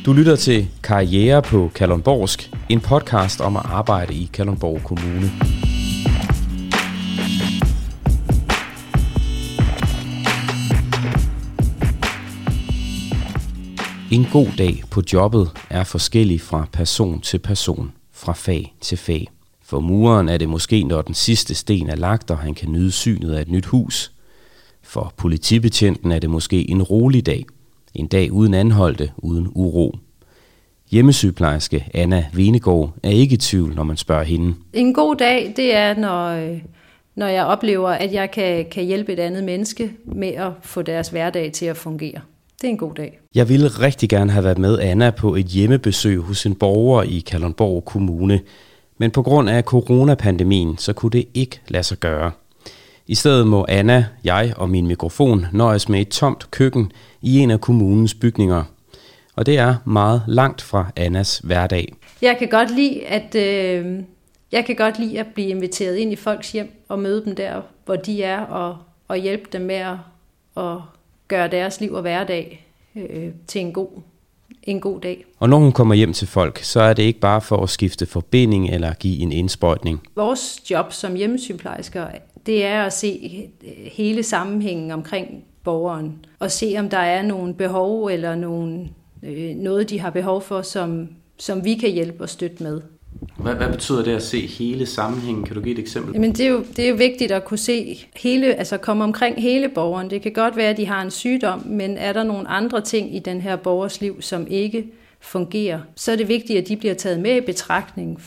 Du lytter til Karriere på Kalundborgsk, en podcast om at arbejde i Kalundborg Kommune. En god dag på jobbet er forskellig fra person til person, fra fag til fag. For mureren er det måske, når den sidste sten er lagt, og han kan nyde synet af et nyt hus. For politibetjenten er det måske en rolig dag. En dag uden anholdte, uden uro. Hjemmesygeplejerske Anna Venegård er ikke i tvivl, når man spørger hende. En god dag, det er, når jeg oplever, at jeg kan hjælpe et andet menneske med at få deres hverdag til at fungere. Det er en god dag. Jeg ville rigtig gerne have været med Anna på et hjemmebesøg hos en borger i Kalundborg Kommune. Men på grund af coronapandemien, så kunne det ikke lade sig gøre. I stedet må Anna, jeg og min mikrofon nøjes med et tomt køkken i en af kommunens bygninger. Og det er meget langt fra Annas hverdag. Jeg kan godt lide at blive inviteret ind i folks hjem og møde dem der, hvor de er, og hjælpe dem med at gøre deres liv og hverdag til en god dag. Og når hun kommer hjem til folk, så er det ikke bare for at skifte forbinding eller give en indsprøjtning. Vores job som hjemmesygeplejersker, det er at se hele sammenhængen omkring borgeren, og se om der er nogle behov eller noget, de har behov for, som vi kan hjælpe og støtte med. Hvad betyder det at se hele sammenhængen? Kan du give et eksempel? Jamen det er jo vigtigt at kunne se komme omkring hele borgeren. Det kan godt være, at de har en sygdom, men er der nogle andre ting i den her borgers liv, som ikke fungerer, så er det vigtigt, at de bliver taget med i betragtning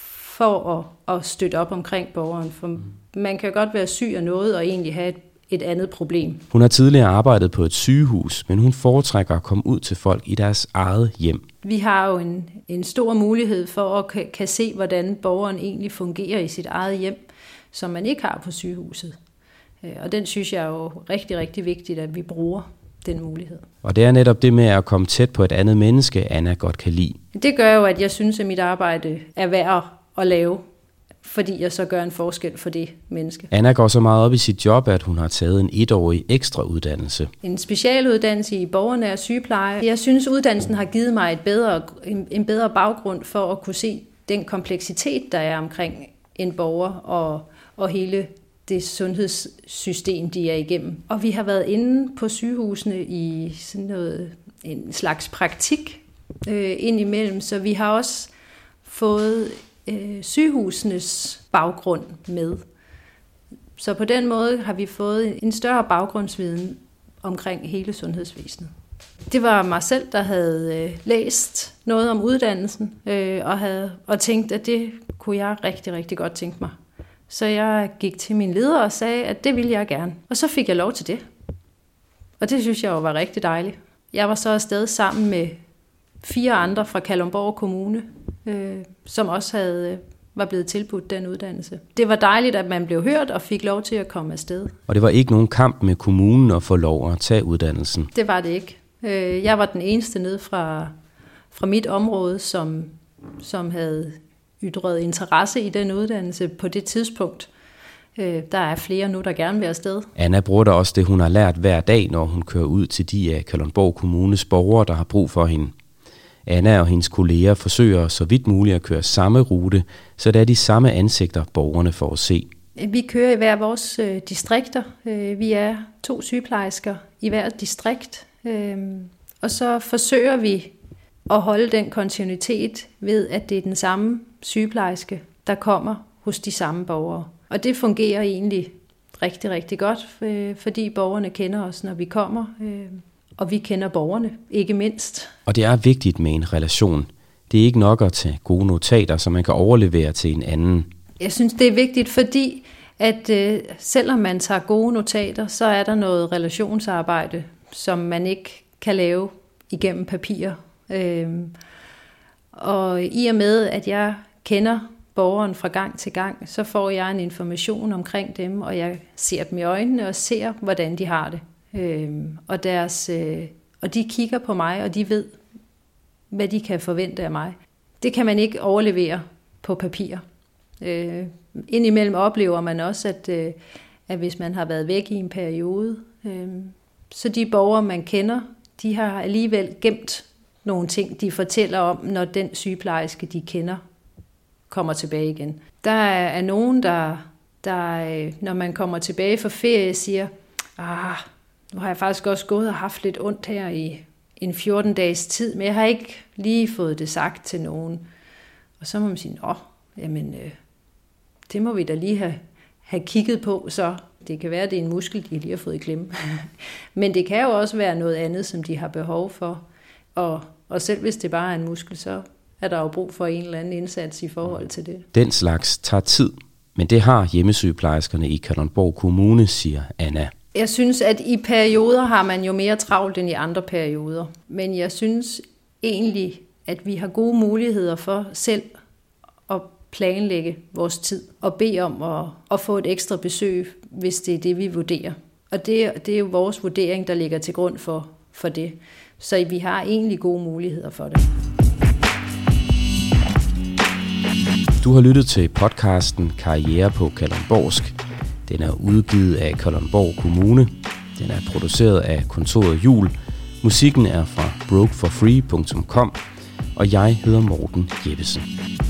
for at støtte op omkring borgeren. For man kan godt være syg af noget og egentlig have et andet problem. Hun har tidligere arbejdet på et sygehus, men hun foretrækker at komme ud til folk i deres eget hjem. Vi har jo en stor mulighed for at kan se, hvordan borgeren egentlig fungerer i sit eget hjem, som man ikke har på sygehuset. Og den synes jeg er jo rigtig, rigtig vigtigt, at vi bruger den mulighed. Og det er netop det med at komme tæt på et andet menneske, Anna godt kan lide. Det gør jo, at jeg synes, at mit arbejde er værd at lave, fordi jeg så gør en forskel for det menneske. Anna går så meget op i sit job, at hun har taget en 1-årig ekstra uddannelse. En specialuddannelse i borgernær sygepleje. Jeg synes, uddannelsen har givet mig en bedre baggrund for at kunne se den kompleksitet, der er omkring en borger og hele det sundhedssystem, de er igennem. Og vi har været inde på sygehusene i sådan en slags praktik indimellem, så vi har også fået sygehusenes baggrund med. Så på den måde har vi fået en større baggrundsviden omkring hele sundhedsvæsenet. Det var mig selv, der havde læst noget om uddannelsen og tænkt, at det kunne jeg rigtig, rigtig godt tænke mig. Så jeg gik til min leder og sagde, at det ville jeg gerne. Og så fik jeg lov til det. Og det synes jeg jo var rigtig dejligt. Jeg var så afsted sammen med 4 andre fra Kalundborg Kommune, som også var blevet tilbudt den uddannelse. Det var dejligt, at man blev hørt og fik lov til at komme afsted. Og det var ikke nogen kamp med kommunen at få lov at tage uddannelsen? Det var det ikke. Jeg var den eneste nede fra mit område, som havde ytret interesse i den uddannelse på det tidspunkt. Der er flere nu, der gerne vil afsted. Anna bruger da også det, hun har lært hver dag, når hun kører ud til de af Kalundborg Kommunes borgere, der har brug for hende. Anna og hendes kolleger forsøger så vidt muligt at køre samme rute, så det er de samme ansigter, borgerne får at se. Vi kører i hver vores distrikter. Vi er 2 sygeplejersker i hvert distrikt. Og så forsøger vi at holde den kontinuitet ved, at det er den samme sygeplejerske, der kommer hos de samme borgere. Og det fungerer egentlig rigtig, rigtig godt, fordi borgerne kender os, når vi kommer. Og vi kender borgerne, ikke mindst. Og det er vigtigt med en relation. Det er ikke nok at tage gode notater, som man kan overlevere til en anden. Jeg synes, det er vigtigt, fordi at selvom man tager gode notater, så er der noget relationsarbejde, som man ikke kan lave igennem papir. Og i og med, at jeg kender borgeren fra gang til gang, så får jeg en information omkring dem, og jeg ser dem i øjnene og ser, hvordan de har det. Og de kigger på mig, og de ved, hvad de kan forvente af mig. Det kan man ikke overlevere på papir. Indimellem oplever man også, at hvis man har været væk i en periode, så de borgere, man kender, de har alligevel gemt nogle ting, de fortæller om, når den sygeplejerske, de kender, kommer tilbage igen. Der er nogen, der når man kommer tilbage fra ferie, siger, nu har jeg faktisk også gået og haft lidt ondt her i en 14-dages tid, men jeg har ikke lige fået det sagt til nogen. Og så må man sige, det må vi da lige have kigget på, så det kan være, at det er en muskel, de lige har fået i klemme. Men det kan jo også være noget andet, som de har behov for. Og selv hvis det bare er en muskel, så er der jo brug for en eller anden indsats i forhold til det. Den slags tager tid, men det har hjemmesygeplejerskerne i Kalundborg Kommune, siger Anna. Jeg synes, at i perioder har man jo mere travlt end i andre perioder. Men jeg synes egentlig, at vi har gode muligheder for selv at planlægge vores tid og bede om at få et ekstra besøg, hvis det er det, vi vurderer. Og det er jo vores vurdering, der ligger til grund for det. Så vi har egentlig gode muligheder for det. Du har lyttet til podcasten Karriere på Kalundborgsk. Den er udgivet af Kalundborg Kommune. Den er produceret af Kontoret Jul. Musikken er fra brokeforfree.com. Og jeg hedder Morten Jeppesen.